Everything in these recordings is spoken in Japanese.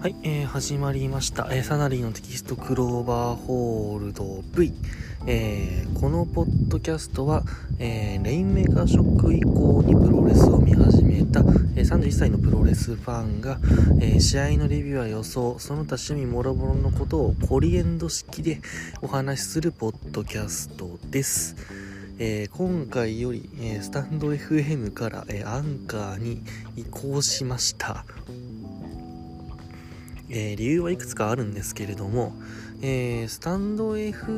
はい、始まりました、サナリーのテキストクローバーホールド V、このポッドキャストは、レインメーカーショック以降にプロレスを見始めた、31歳のプロレスファンが、試合のレビューや予想その他趣味もろもろのことをコリエンド式でお話しするポッドキャストです。今回より、スタンド FM から、アンカーに移行しました。理由はいくつかあるんですけれども、スタンド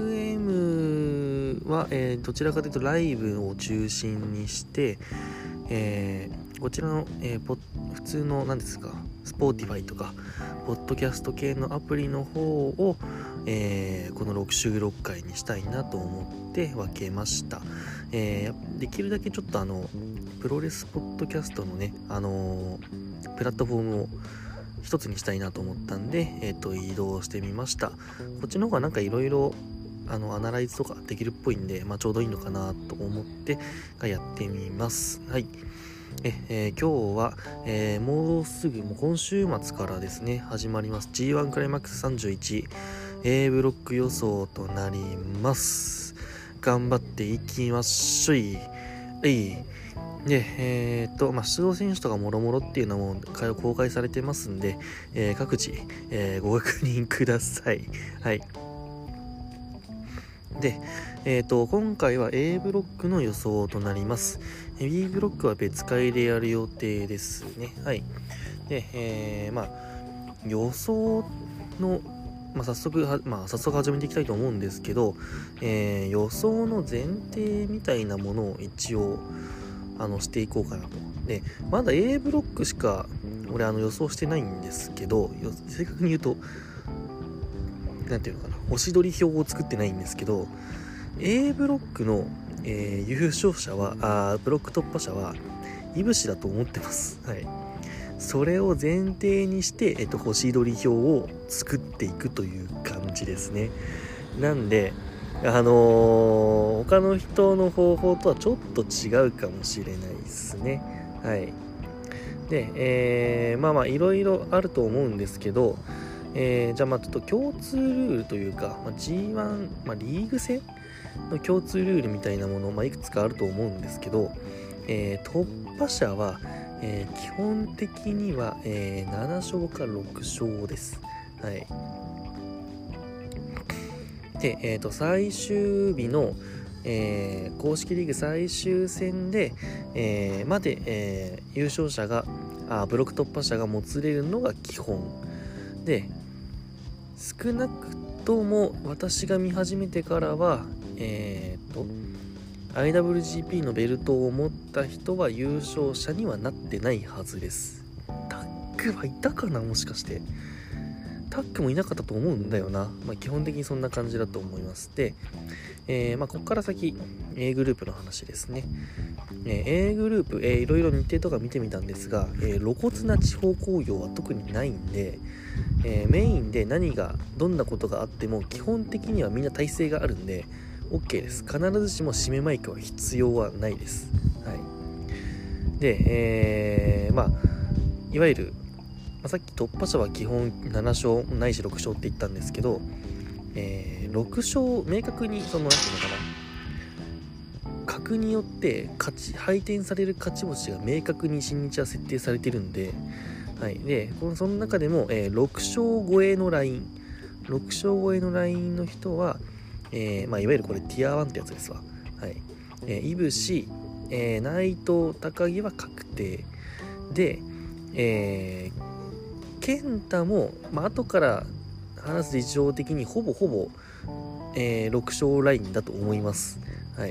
FM は、どちらかというとライブを中心にして、こちらの、普通の何ですかSpotify とかポッドキャスト系のアプリの方を、この6週6回にしたいなと思って分けました。できるだけちょっとプロレスポッドキャストのね、プラットフォームを一つにしたいなと思ったんで、移動してみました。こっちの方がなんかいろいろアナライズとかできるっぽいんで、ちょうどいいのかなと思ってやってみます。はい。今日は、もうすぐ今週末からですね始まります G1 クライマックス31 A ブロック予想となります。頑張っていきましょい。で、出場選手とかもろもろっていうのも公開されてますんで、各自、ご確認ください。はい。で、今回は A ブロックの予想となります。B ブロックは別会でやる予定ですね。はい。で、予想の早速始めていきたいと思うんですけど、予想の前提みたいなものを一応していこうかなと。で、まだ A ブロックしか俺予想してないんですけど、正確に言うとなんていうのかな、星取り表を作ってないんですけど、 A ブロックの、優勝者はブロック突破者はいぶしだと思ってます。はい。それを前提にして、星取り表を作っていくという感じですね。なんで他の人の方法とはちょっと違うかもしれないですね。はい。で、いろいろあると思うんですけど、じゃあちょっと共通ルールというか、G1、リーグ戦の共通ルールみたいなもの、いくつかあると思うんですけど、突破者は、基本的には、7勝か6勝です。はい。で、最終日の、公式リーグ最終戦で、優勝者がブロック突破者がもつれるのが基本で、少なくとも私が見始めてからはIWGP のベルトを持った人は優勝者にはなってないはずです。タッグはいたかな、もしかしてタッグもいなかったと思うんだよな。基本的にそんな感じだと思います。で、ここから先 A グループの話ですね。A グループ、いろいろ日程とか見てみたんですが、露骨な地方興行は特にないんで、メインでどんなことがあっても基本的にはみんな体制があるんで OK です。必ずしも締めマイクは必要はないです。はい。で、いわゆるさっき突破者は基本7勝ないし6勝って言ったんですけど、6勝明確になんていうのかな、格によって配点される勝ち星が明確に新日は設定されてるんで、はい。でその中でも、6勝超えのラインの人は、いわゆるこれティア1ってやつですわ。はい。いぶし、内藤高木は確定で、健太も、後から話す事情的にほぼ、6勝ラインだと思います。はい。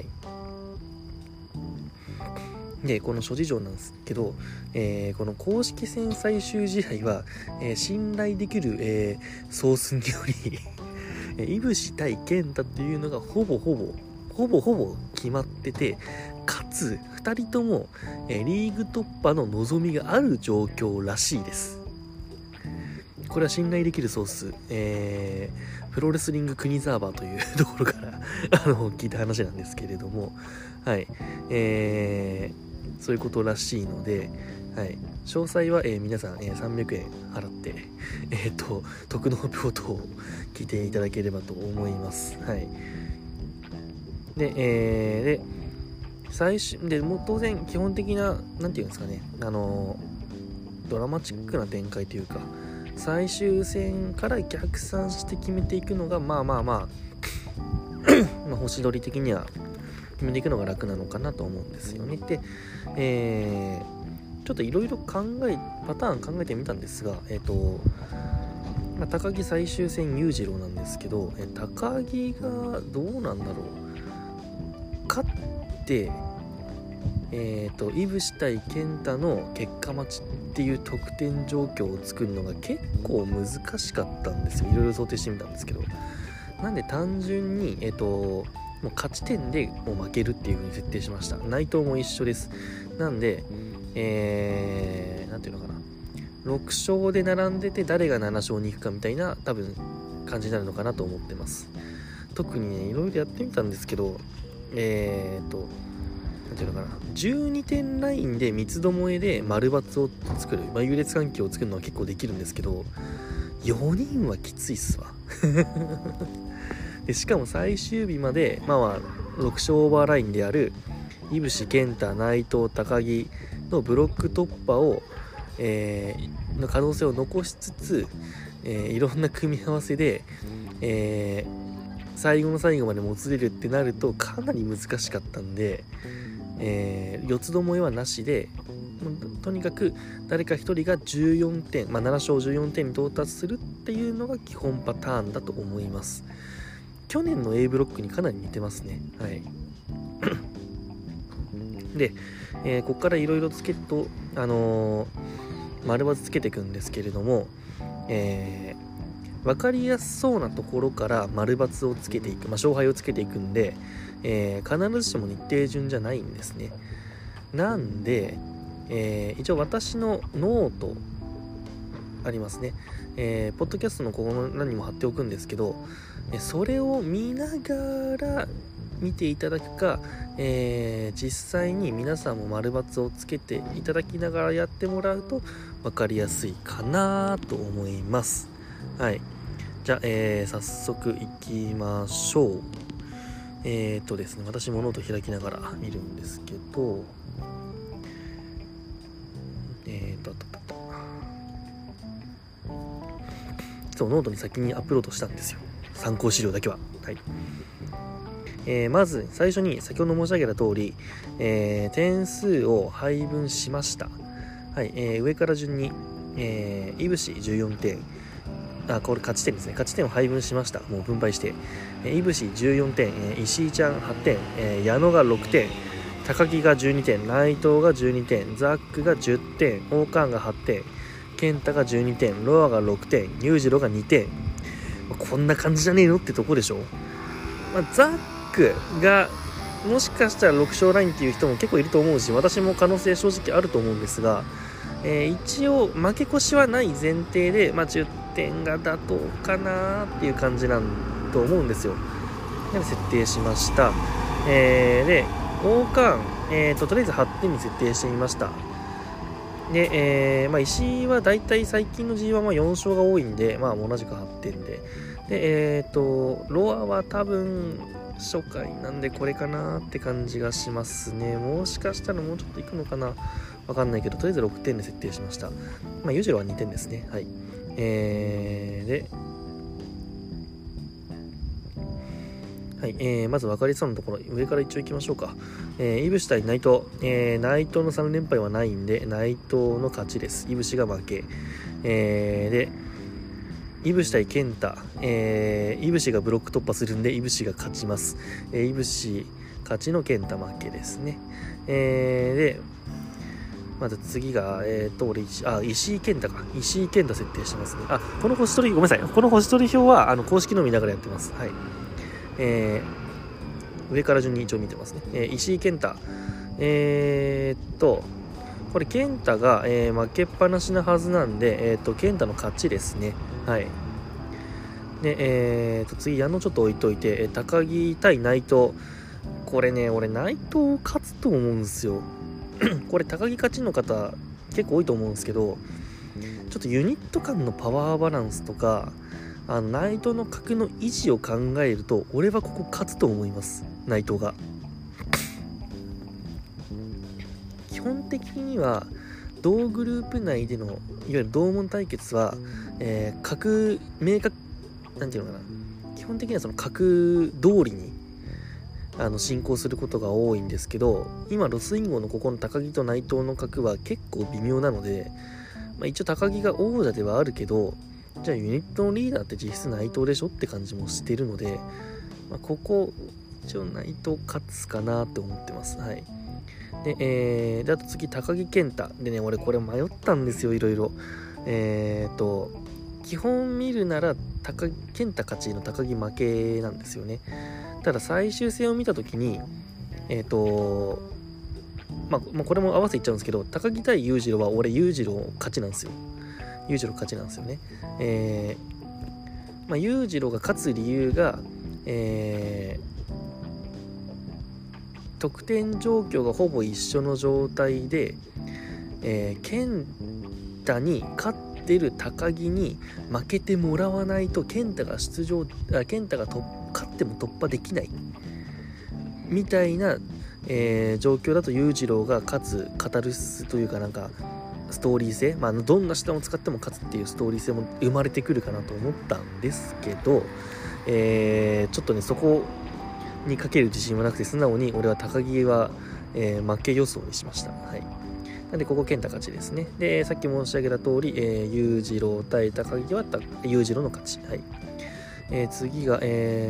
で、この諸事情なんですけど、この公式戦最終試合は、信頼できる、ソースによりいぶし対健太っていうのがほぼ決まってて、かつ2人とも、リーグ突破の望みがある状況らしいです。これは信頼できるソース、プロレスリング国ザーバーというところから聞いた話なんですけれども、はい、そういうことらしいので、 はい、詳細は、皆さん、300円払って徳の病棟を聞いていただければと思います。はい。で、最終でもう当然基本的ななんていうんですかね、ドラマチックな展開というか、最終戦から逆算して決めていくのがまあ星取り的には決めていくのが楽なのかなと思うんですよね。で、ちょっといろいろパターン考えてみたんですが、高木最終戦裕次郎なんですけど、高木がどうなんだろう、勝っていぶし対健太の結果待ちっていう得点状況を作るのが結構難しかったんですよ。いろいろ想定してみたんですけど、なんで単純にもう勝ち点でもう負けるっていう風に設定しました。内藤も一緒です。なんでなんていうのかな、6勝で並んでて誰が7勝に行くかみたいな多分感じになるのかなと思ってます。特にねいろいろやってみたんですけど、なんていうのかな、12点ラインで三つどもえで丸×を作る、優劣関係を作るのは結構できるんですけど、4人はきついっすわでしかも最終日まで6勝オーバーラインであるいぶし、健太、内藤、高木のブロック突破を、の可能性を残しつつ、いろんな組み合わせで、最後の最後までもつれるってなるとかなり難しかったんで、四つどもえはなしで、とにかく誰か一人が14点、7勝14点に到達するっていうのが基本パターンだと思います。去年の A ブロックにかなり似てますね。はいで、ここからいろいろつけると丸×つけていくんですけれども、分かりやすそうなところから丸×をつけていく、勝敗をつけていくんで、必ずしも日程順じゃないんですね。なんで、一応私のノートありますね、ポッドキャストのここの欄にも貼っておくんですけど、それを見ながら見ていただくか、実際に皆さんも丸×をつけていただきながらやってもらうと分かりやすいかなと思います。はい、じゃあ、早速いきましょう。ですね、私もノート開きながら見るんですけど、そう、ノートに先にアップロードしたんですよ、参考資料だけは。はい、まず最初に先ほど申し上げた通り、点数を配分しました。はい、上から順に、いぶし14点、これ勝ち点ですね。勝ち点を配分しました。もう分配して、いぶし14点、石井ちゃん8点、矢野が6点、高木が12点、内藤が12点、ザックが10点、オーカーンが8点、健太が12点、ロアが6点、裕次郎が2点。こんな感じじゃねえのってとこでしょ。ザックがもしかしたら6勝ラインっていう人も結構いると思うし、私も可能性正直あると思うんですが、一応負け越しはない前提で、10点が妥当かなっていう感じなんと思うんですよ。で設定しました。で王冠、とりあえず8点に設定してみました。で、石井はだいたい最近の G1 は4勝が多いんで、同じく8点で、ロアは多分初回なんでこれかなって感じがしますね。もしかしたらもうちょっといくのかな、わかんないけど、とりあえず6点で設定しました。裕次郎は2点ですね。はい。で、はい、まず分かりそうなところ、上から一応いきましょうか。いぶし対内藤、内藤の3連敗はないんで、内藤の勝ちです。いぶしが負け。で、いぶし対健太、いぶしがブロック突破するんで、いぶしが勝ちます。いぶし勝ちの健太負けですね。で、まず次が、俺石井健太か。石井健太設定してますね。この星取り、ごめんなさい。この星取り表は公式の見ながらやってます。はい。上から順に一応見てますね。石井健太。これ健太が、負けっぱなしなはずなんで、健太の勝ちですね。はい。で、次矢野ちょっと置いといて、高木対内藤。これね、俺内藤勝つと思うんですよ。これ高木勝ちの方、 結構多いと思うんですけど、ちょっとユニット間のパワーバランスとか内藤の角の維持を考えると俺はここ勝つと思います。内藤が基本的には同グループ内でのいわゆる同門対決は、角明確なんていうのかな、基本的にはその角通りに進行することが多いんですけど、今ロスインゴのここの高木と内藤の角は結構微妙なので、一応高木が王者ではあるけど、じゃあユニットのリーダーって実質内藤でしょって感じもしてるので、ここ一応内藤勝つかなって思ってます。はい。で、あと次高木健太でね、俺これ迷ったんですよ、いろいろ。基本見るなら健太勝ちの高木負けなんですよね。ただ最終戦を見たときにこれも合わせ言っちゃうんですけど、高木対裕次郎は俺裕次郎勝ちなんですよ。裕次郎勝ちなんですよね。裕次郎が勝つ理由が、得点状況がほぼ一緒の状態で、健太に勝ってる高木に負けてもらわないと健太が勝っても突破できないみたいな、状況だと裕次郎が勝つカタルシスというか、なんかストーリー性、どんな手段を使っても勝つっていうストーリー性も生まれてくるかなと思ったんですけど、ちょっとねそこにかける自信はなくて、素直に俺は高木は、負け予想にしました。はい。なんでここ健太勝ちですね。でさっき申し上げた通り、裕次郎対高木は裕次郎の勝ち。はい。次が、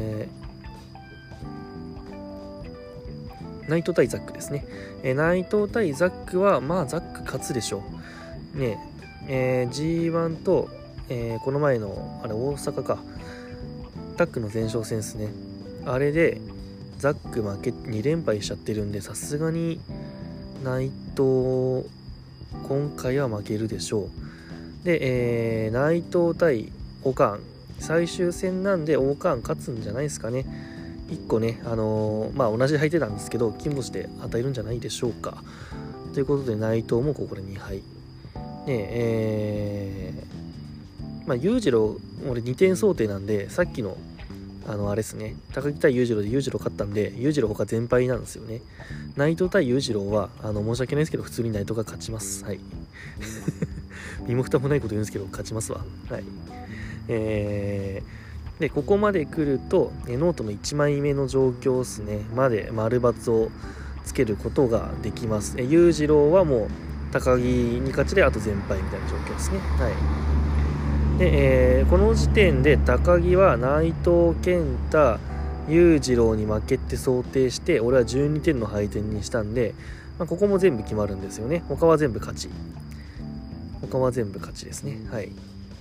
内藤対ザックですね。内藤対ザックはザック勝つでしょうね。G1 と、この前のあれ大阪かタックの前哨戦ですね。あれでザック負け2連敗しちゃってるんで、さすがに内藤今回は負けるでしょう。で、内藤対オカーン最終戦なんでオカーン勝つんじゃないですかね。1個ね同じ相手なんですけど金星で与えるんじゃないでしょうか。ということで内藤もここで2敗で、裕次郎俺2点想定なんで、さっきのあれですね、高木対裕次郎で裕次郎勝ったんで裕次郎他全敗なんですよね。内藤対裕次郎は申し訳ないですけど普通に内藤が勝ちます。はい身も蓋もないこと言うんですけど勝ちますわ。はい。でここまで来るとノートの1枚目の状況ですねまで丸×をつけることができます。裕次郎はもう高木に勝ちであと全敗みたいな状況ですね。はい。で、この時点で高木は内藤健太裕次郎に負けって想定して俺は12点の配点にしたんで、ここも全部決まるんですよね。他は全部勝ちですね。はい。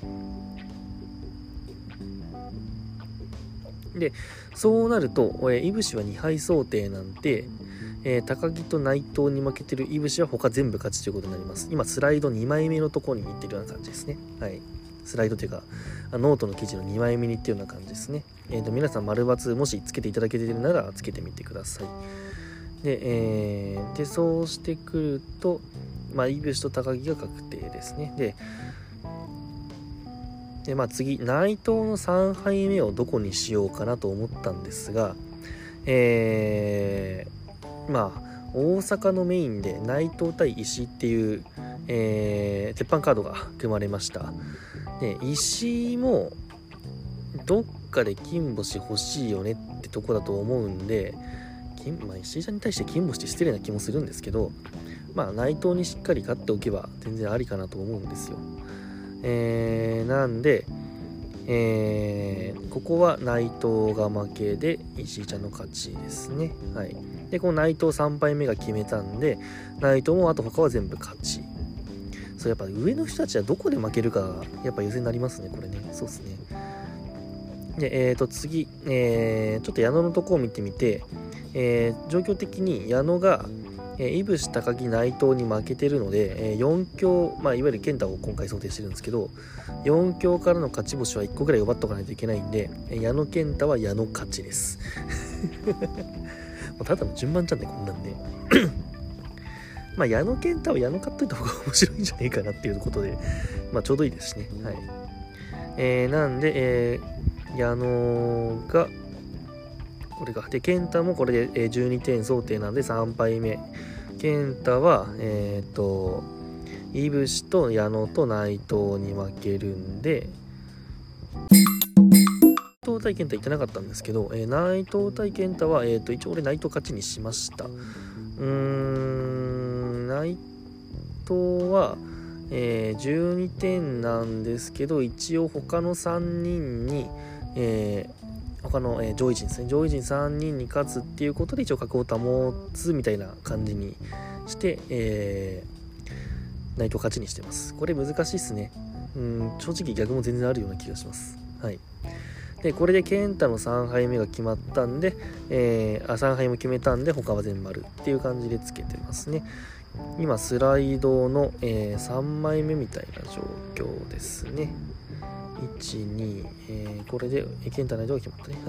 でそうなるといぶしは2敗想定なんで、高木と内藤に負けてるいぶしは他全部勝ちということになります。今スライド2枚目のところに行ってるような感じですね。はい。スライドというかノートの記事の2枚目に行ってるような感じですね。皆さん丸×もしつけていただけてるならつけてみてください。で、そうしてくるといぶしと高木が確定ですね。で次内藤の3敗目をどこにしようかなと思ったんですが、大阪のメインで内藤対石井っていう、鉄板カードが組まれました。で石井もどっかで金星欲しいよねってとこだと思うんで、石井ちゃんに対して金星って失礼な気もするんですけど、内藤にしっかり勝っておけば全然ありかなと思うんですよ。なんで、ここは内藤が負けで石井ちゃんの勝ちですね。はい。でこの内藤3敗目が決めたんで内藤もあと他は全部勝ち。そうやっぱ上の人たちはどこで負けるかがやっぱ優先になりますねこれね。そうですね。で次、ちょっと矢野のとこを見てみて、状況的に矢野がいぶし高木内藤に負けてるので、4強、いわゆる健太を今回想定してるんですけど4強からの勝ち星は1個ぐらい奪っとかないといけないんで、矢野健太は矢野勝ちですただの順番ちゃんねこんなんねまあ矢野健太は矢野買っといた方が面白いんじゃねえかなっていうことで、まあちょうどいいですしね。はい。なんで、矢野がこれがで、健太もこれで12点想定なんで3敗目。健太はいぶしと矢野と内藤に負けるんで、内藤対健太行ってなかったんですけど、内藤対健太は、一応俺内藤勝ちにしました。内藤は、12点なんですけど、一応他の3人に、他の、上位陣ですね、上位陣3人に勝つっていうことで一応格を保つみたいな感じにして、内藤勝ちにしてます。これ難しいっすね。正直逆も全然あるような気がします。はい。でこれで健太の3敗目が決まったんで、3敗も決めたんで他は全丸っていう感じでつけてますね。今スライドの、3枚目みたいな状況ですね。1、2、これで健太内藤が決まったね。はい。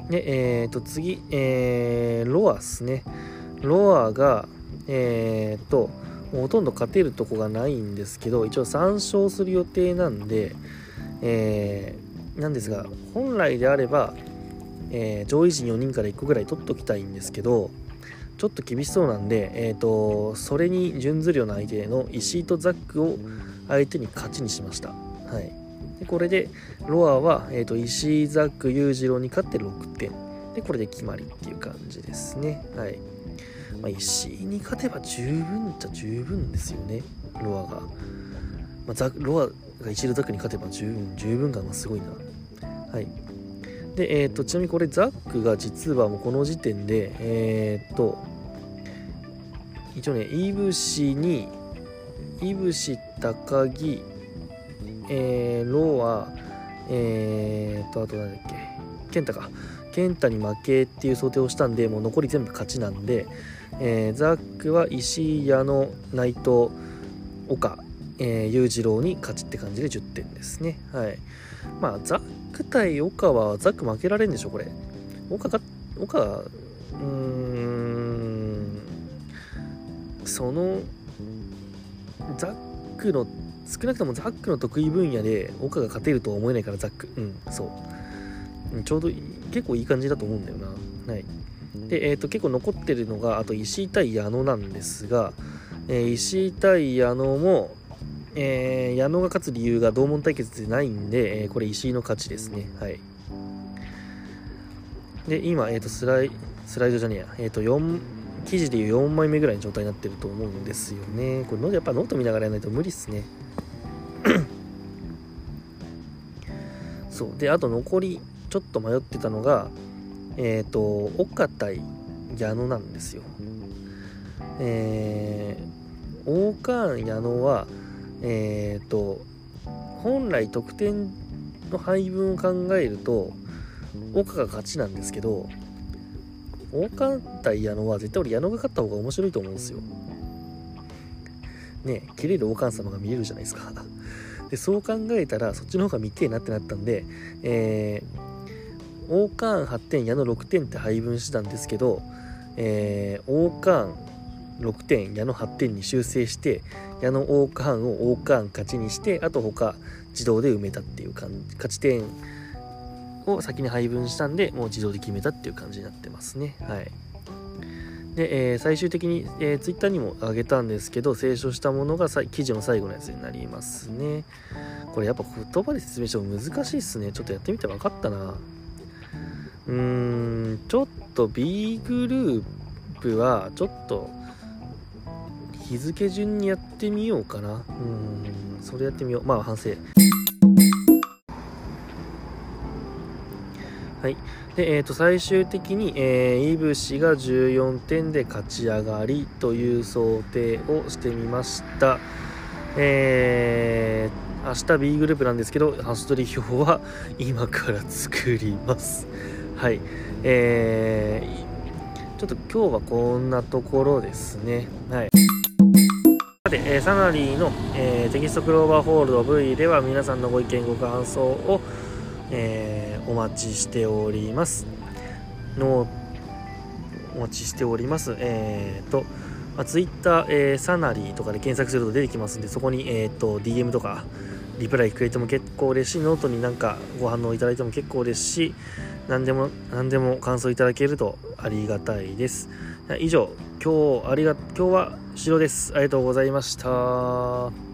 で次、ロアですね。ロアがほとんど勝てるとこがないんですけど、一応3勝する予定なんで、なんですが、本来であれば、上位陣4人から1個ぐらい取っときたいんですけど、ちょっと厳しそうなんで、それに準ずるような相手の石井とザックを相手に勝ちにしました。はい。でこれでロアは、石井、ザック、裕次郎に勝って6点で、これで決まりっていう感じですね。はい。まあ、石井に勝てば十分っちゃ十分ですよね、ロアが。まあ、ロアが石井とザックに勝てば十分感がすごいな。はい。で、ちなみにこれザックが実はもうこの時点で、一応ね、いぶし、高木、ロア、あとなんだっけ、健太か。健太に負けっていう想定をしたんで、もう残り全部勝ちなんで、ザックは石井、矢野、内藤、岡、裕次郎に勝ちって感じで10点ですね。はい。まあザック対岡はザック負けられんでしょこれ。そのザックの少なくともザックの得意分野で岡が勝てるとは思えないから、ザックそうちょうど結構いい感じだと思うんだよな。はい。で結構残ってるのがあと石井対矢野なんですが、石井対矢野も矢野が勝つ理由が同門対決でないんで、これ石井の勝ちですね。はい。で今、スライドじゃねえや、記事でいう4枚目ぐらいの状態になってると思うんですよね。これやっぱノート見ながらやらないと無理っすね。そうで、あと残りちょっと迷ってたのが岡対矢野なんですよ。王冠矢野は本来得点の配分を考えると岡が勝ちなんですけど、王冠対矢野は絶対俺矢野が勝った方が面白いと思うんですよね。切れる王冠様が見えるじゃないですか。でそう考えたらそっちの方が見てえなってなったんで、王冠8点矢野6点って配分してたんですけど、王冠6点矢野8点に修正して、矢野王冠を王冠勝ちにして、あと他自動で埋めたっていう勝ち点を先に配分したんで、もう自動で決めたっていう感じになってますね。はい。で、最終的に、ツイッターにも上げたんですけど、清書したものが記事の最後のやつになりますね。これやっぱ言葉で説明しても難しいっすね。ちょっとやってみて分かったな。ちょっと B グループはちょっと日付順にやってみようかな。それやってみよう。まあ反省。はい。で、最終的に、いぶしが14点で勝ち上がりという想定をしてみました。明日 B グループなんですけど、ハストリ表は今から作ります。はい。ちょっと今日はこんなところですね。はい。さて、サナリーの、テキストクローバーホールド V では皆さんのご意見ご感想を、お待ちしております。 Twitter、サナリーとかで検索すると出てきますんで、そこに、DM とかリプライくれても結構ですし、ノートになんかご反応いただいても結構ですし、何でも感想いただけるとありがたいです。以上、今日はシロです。ありがとうございました。